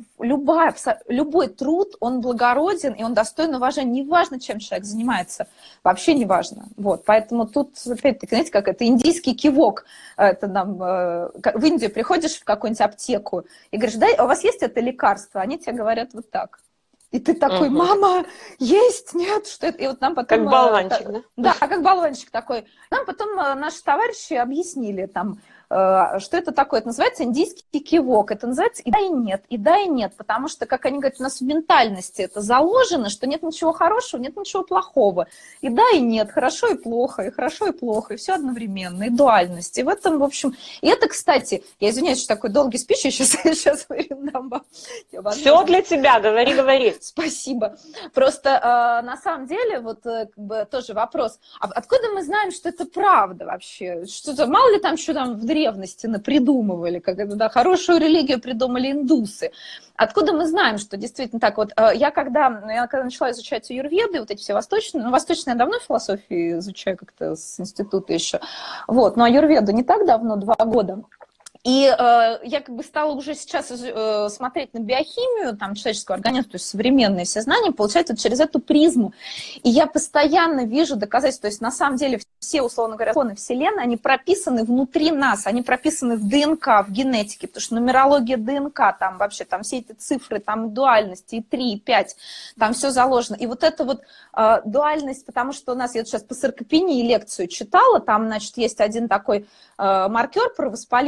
любой труд, он благороден и он достоин уважения. Неважно, чем человек занимается. Вообще не важно. Вот. Поэтому тут, опять-таки, знаете, как это индийский кивок. Это нам, в Индию приходишь в какую-нибудь аптеку и говоришь, да, у вас есть это лекарство? Они тебе говорят вот так. И ты такой, мама, есть, нет, что это? И вот нам потом... Как болванчик, да? Да, как болванчик такой. Нам потом наши товарищи объяснили там, что это такое. Это называется индийский кивок. Это называется и да, и нет. Потому что, как они говорят, у нас в ментальности это заложено, что нет ничего хорошего, нет ничего плохого. И да, и нет, хорошо и плохо, и все одновременно, и дуальность. И в этом, в общем... И это, кстати, я извиняюсь, что такой долгий спич, я сейчас дам. Все для тебя, говори. Спасибо. Просто на самом деле, вот как бы тоже вопрос, откуда мы знаем, что это правда вообще? Что-то, мало ли там, что там в древности напридумывали, как это, да, хорошую религию придумали индусы. Откуда мы знаем, что действительно так? Вот я когда начала изучать аюрведы, вот эти все восточные, восточные я давно философию изучаю как-то с института еще, вот, но аюрведу не так давно, 2 года. И я как бы стала уже сейчас смотреть на биохимию там, человеческого организма, то есть современные все знания, получать вот через эту призму. И я постоянно вижу доказательства, то есть на самом деле все, условно говоря, законы Вселенной, они прописаны внутри нас, они прописаны в ДНК, в генетике, потому что нумерология ДНК, там вообще там все эти цифры, там дуальности, и 3, и 5, там все заложено. И вот эта вот дуальность, потому что у нас, я сейчас по саркопении лекцию читала, там, значит, есть один такой маркер провоспалительный,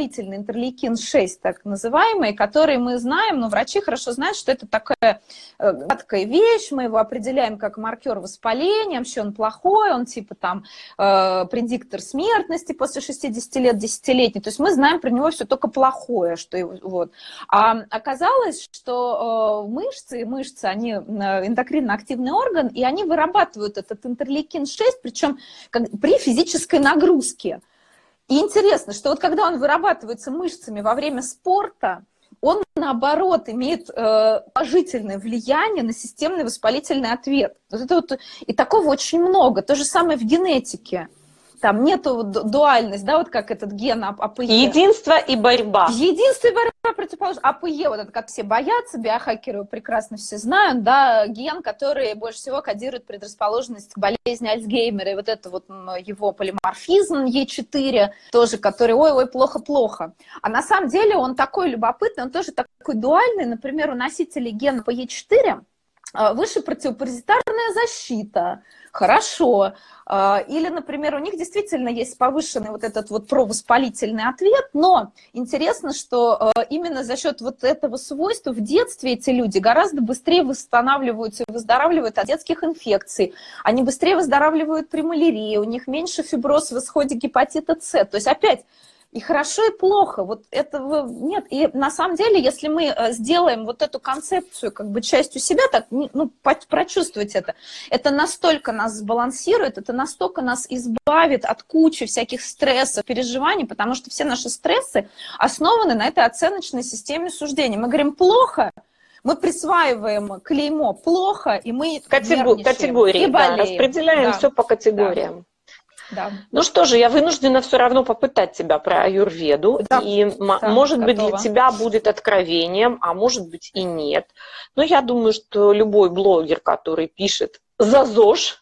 интерлейкин-6, так называемый, который мы знаем, но врачи хорошо знают, что это такая гадкая вещь, мы его определяем как маркер воспаления, вообще он плохой, он типа там предиктор смертности после 60 лет, десятилетний, то есть мы знаем про него все только плохое, что его, вот. А оказалось, что мышцы, они эндокринно-активный орган, и они вырабатывают этот интерлейкин-6, причем при физической нагрузке. И интересно, что вот когда он вырабатывается мышцами во время спорта, он, наоборот, имеет положительное влияние на системный воспалительный ответ. Вот это вот, и такого очень много. То же самое в генетике. Там нету дуальность, да, вот как этот ген АПЕ. Единство и борьба. Единство и борьба противоположно. АПЕ, вот это как все боятся, биохакеры прекрасно все знают, да, ген, который больше всего кодирует предрасположенность к болезни Альцгеймера. И вот это вот его полиморфизм Е4 тоже, который ой-ой, плохо-плохо. А на самом деле он такой любопытный, он тоже такой дуальный. Например, у носителей гена по Е4 выше противопаразитарная защита. Хорошо. Или, например, у них действительно есть повышенный вот этот вот провоспалительный ответ, но интересно, что именно за счет вот этого свойства в детстве эти люди гораздо быстрее восстанавливаются и выздоравливают от детских инфекций. Они быстрее выздоравливают при малярии, у них меньше фиброз в исходе гепатита С. То есть опять и хорошо, и плохо. Вот этого нет. И на самом деле, если мы сделаем вот эту концепцию как бы частью себя, так, ну, прочувствовать это настолько нас сбалансирует, это настолько нас избавит от кучи всяких стрессов, переживаний, потому что все наши стрессы основаны на этой оценочной системе суждения. Мы говорим «плохо», мы присваиваем клеймо «плохо», и мы категории, и болеем. Да, распределяем все по категориям. Да. Да. Ну что же, я вынуждена все равно попытать тебя про аюрведу, да. И, да, может быть, для тебя будет откровением, а может быть и нет. Но я думаю, что любой блогер, который пишет за ЗОЖ,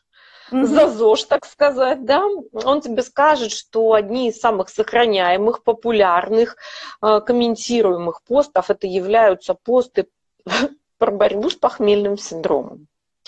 так сказать, да, он тебе скажет, что одни из самых сохраняемых, популярных, комментируемых постов это являются посты про борьбу с похмельным синдромом.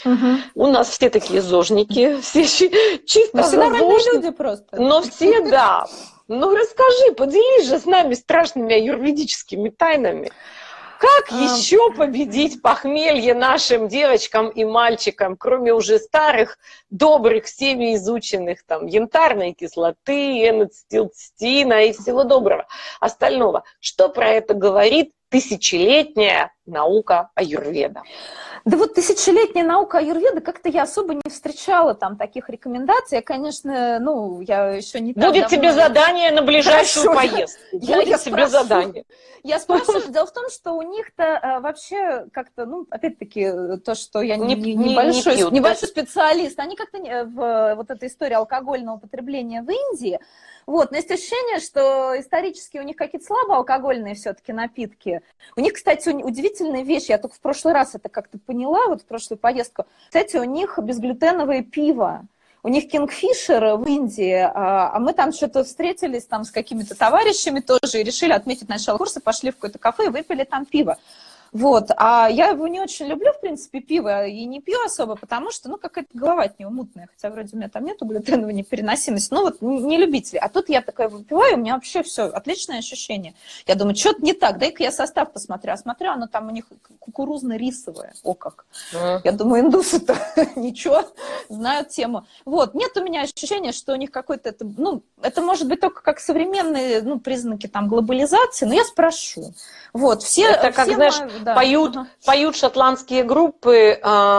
У нас все такие зожники, все чисто все нормальные люди просто. Но все, да. Ну расскажи, поделись же с нами страшными аюрведическими тайнами. Как еще победить похмелье нашим девочкам и мальчикам, кроме уже старых, добрых, всеми изученных там янтарной кислоты, N-ацетилцистеина и всего доброго остального? Что про это говорит тысячелетняя наука аюрведа? Да вот тысячелетняя наука аюрведы, как-то я особо не встречала там таких рекомендаций. Я, конечно, ну, я еще не так Будет тебе задание на ближайшую поездку. Будет тебе задание. Я спрашиваю. Дело в том, что у них-то вообще как-то, ну, опять-таки, то, что я небольшой специалист, они как-то в вот этой истории алкогольного употребления в Индии, вот, но есть ощущение, что исторически у них какие-то слабоалкогольные все-таки напитки. У них, кстати, удивительная вещь, я только в прошлый раз это как-то поняла, вот в прошлую поездку. Кстати, у них безглютеновое пиво. У них кингфишер в Индии, а мы там что-то встретились там с какими-то товарищами тоже и решили отметить начало курса, пошли в какое-то кафе и выпили там пиво. Вот, а я его не очень люблю, в принципе, пиво, и не пью особо, потому что, ну, какая-то голова от него мутная, хотя вроде у меня там нету глютеновой непереносимости, ну, вот, не любители. А тут я такая выпиваю, у меня вообще все, отличное ощущение. Я думаю, что-то не так, дай-ка я состав посмотрю. А смотрю, оно там у них кукурузно-рисовое, о как. Я думаю, индусы-то ничего, знают тему. Вот, нет у меня ощущения, что у них какой-то, ну, это может быть только как современные, ну, признаки там глобализации, но я спрошу. Вот, все... Это как, все знаешь, да. Поют шотландские группы,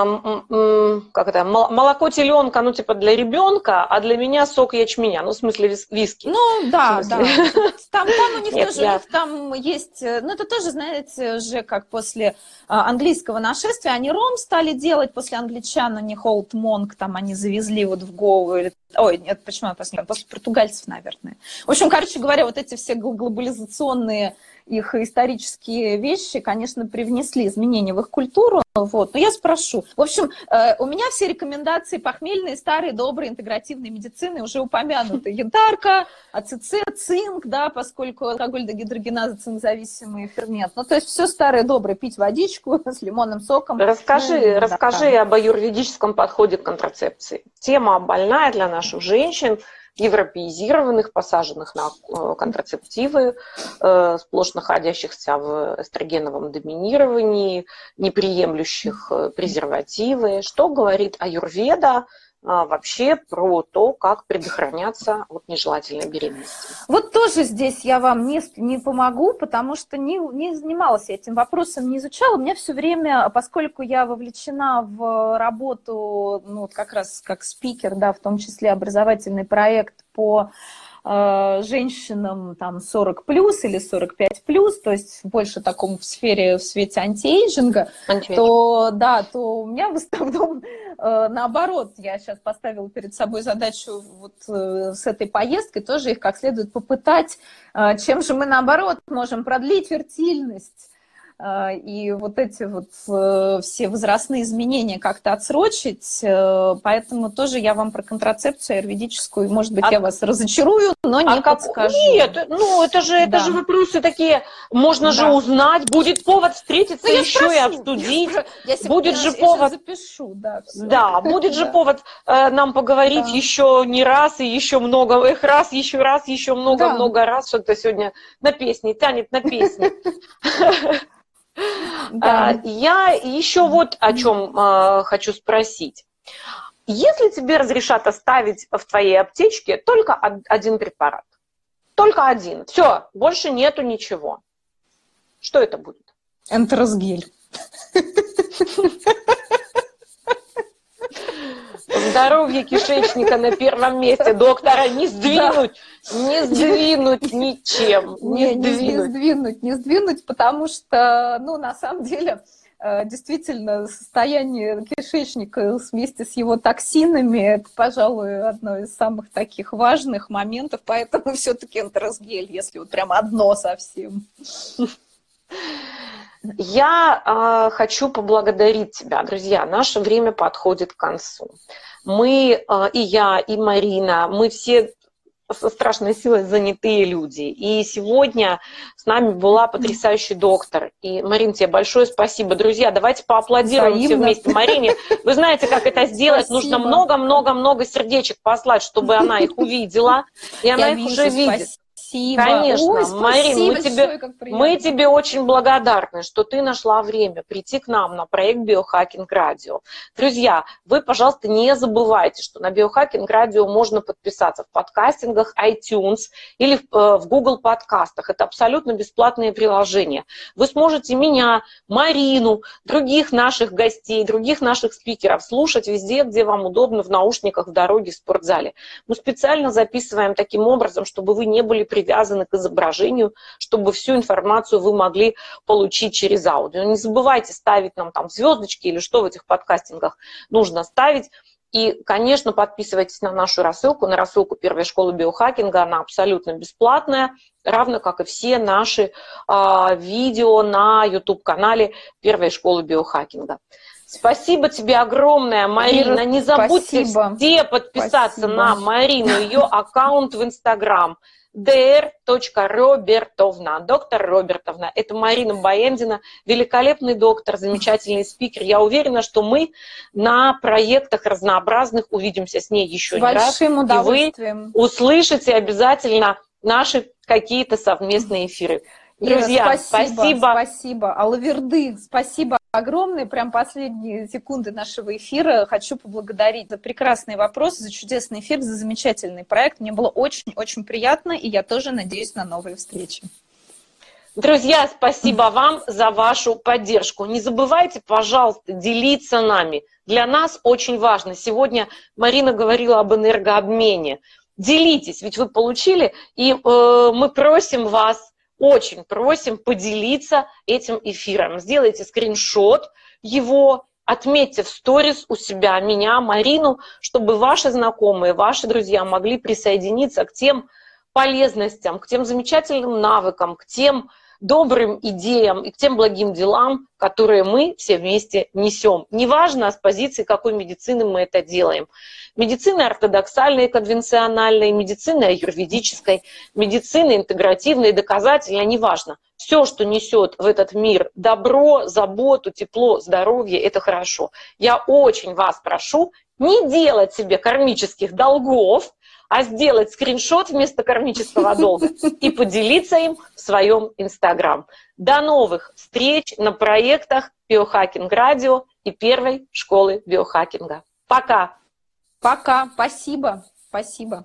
как это, молоко теленка, ну, типа для ребенка, а для меня сок ячменя, ну, в смысле виски. Ну, да, да. Там у них тоже, у них там есть, ну, это тоже, знаете, уже как после английского нашествия, они ром стали делать после англичан, они Old Monk, там они завезли вот в Гоу, ой, нет, почему после португальцев, наверное. В общем, короче говоря, вот эти все глобализационные их исторические вещи, конечно, привнесли изменения в их культуру, вот, но я спрошу. В общем, у меня все рекомендации похмельные, старые, добрые, интегративной медицины уже упомянуты. Янтарка, АЦЦ, цинк, да, поскольку алкоголь дегидрогеназа цинк-зависимый фермент. Ну, то есть все старое, доброе, пить водичку с лимонным соком. Расскажи об аюрведическом подходе к контрацепции. Тема больная для наших женщин. европеизированных, посаженных на контрацептивы, сплошь находящихся в эстрогеновом доминировании, не приемлющих презервативы. Что говорит аюрведа вообще про то, как предохраняться от нежелательной беременности? Вот тоже здесь я вам не помогу, потому что не занималась этим вопросом, не изучала. У меня все время, поскольку я вовлечена в работу, ну, как раз как спикер, да, в том числе образовательный проект по женщинам там 40 плюс или 45 плюс, то есть больше таком в свете антиэйджинга, то у меня в основном наоборот, я сейчас поставила перед собой задачу вот с этой поездкой тоже их как следует попытать, чем же мы наоборот можем продлить фертильность. И вот эти вот все возрастные изменения как-то отсрочить, поэтому тоже я вам про контрацепцию аюрведическую, может быть, я вас разочарую, но не подскажу. Нет, ну это же вопросы такие, можно же узнать, будет повод встретиться еще и обсудить, будет же повод, запишу, будет же повод нам поговорить еще не раз и еще много, еще много раз, что-то сегодня на песни, тянет на песни. Я еще вот о чем хочу спросить. Если тебе разрешат оставить в твоей аптечке только один препарат, только один, все, больше нету ничего, что это будет? Энтеросгель. Здоровье кишечника на первом месте, доктора, не сдвинуть ничем. Не сдвинуть, потому что, ну, на самом деле, действительно, состояние кишечника вместе с его токсинами, это, пожалуй, одно из самых таких важных моментов, поэтому все-таки энтеросгель, если вот прям одно совсем. Я хочу поблагодарить тебя, друзья. Наше время подходит к концу. Мы, и я, и Марина, мы все со страшной силой занятые люди. И сегодня с нами была потрясающий доктор. И, Марин, тебе большое спасибо. Друзья, давайте поаплодируем все вместе Марине. Вы знаете, как это сделать? Нужно много-много-много сердечек послать, чтобы она их увидела. И она их уже видит. Спасибо. Конечно, Марин, мы тебе очень благодарны, что ты нашла время прийти к нам на проект Биохакинг Радио. Друзья, вы, пожалуйста, не забывайте, что на Биохакинг Радио можно подписаться в подкастингах iTunes или в Google подкастах. Это абсолютно бесплатные приложения. Вы сможете меня, Марину, других наших гостей, других наших спикеров слушать везде, где вам удобно, в наушниках, в дороге, в спортзале. Мы специально записываем таким образом, чтобы вы не были привязаны к изображению, чтобы всю информацию вы могли получить через аудио. Не забывайте ставить нам там звездочки или что в этих подкастингах нужно ставить. И, конечно, подписывайтесь на нашу рассылку, на рассылку Первой школы биохакинга. Она абсолютно бесплатная, равно как и все наши видео на YouTube-канале Первой школы биохакинга. Спасибо тебе огромное, Марина. Не забудьте все подписаться на Марину, ее аккаунт в Инстаграм. dr.robertovna, доктор Робертовна. Это Марина Баяндина, великолепный доктор, замечательный спикер. Я уверена, что мы на проектах разнообразных увидимся с ней еще не раз. Большим удовольствием. И вы услышите обязательно наши какие-то совместные эфиры. Друзья, спасибо. Спасибо. Алаверды, спасибо огромное. Прям последние секунды нашего эфира. Хочу поблагодарить за прекрасные вопросы, за чудесный эфир, за замечательный проект. Мне было очень-очень приятно, и я тоже надеюсь на новые встречи. Друзья, спасибо вам за вашу поддержку. Не забывайте, пожалуйста, делиться нами. Для нас очень важно. Сегодня Марина говорила об энергообмене. Делитесь, ведь вы получили, и мы просим вас, очень просим поделиться этим эфиром. Сделайте скриншот его, отметьте в сторис у себя меня, Марину, чтобы ваши знакомые, ваши друзья могли присоединиться к тем полезностям, к тем замечательным навыкам, к тем добрым идеям и к тем благим делам, которые мы все вместе несем. Неважно, с позиции какой медицины мы это делаем. Медицины ортодоксальной, конвенциональной, медицины аюрведической, медицины интегративной, доказательной, неважно. Все, что несет в этот мир добро, заботу, тепло, здоровье, это хорошо. Я очень вас прошу не делать себе кармических долгов, а сделать скриншот вместо кармического долга и поделиться им в своем Инстаграм. До новых встреч на проектах Биохакинг Радио и первой школы биохакинга. Пока! Пока! Спасибо! Спасибо!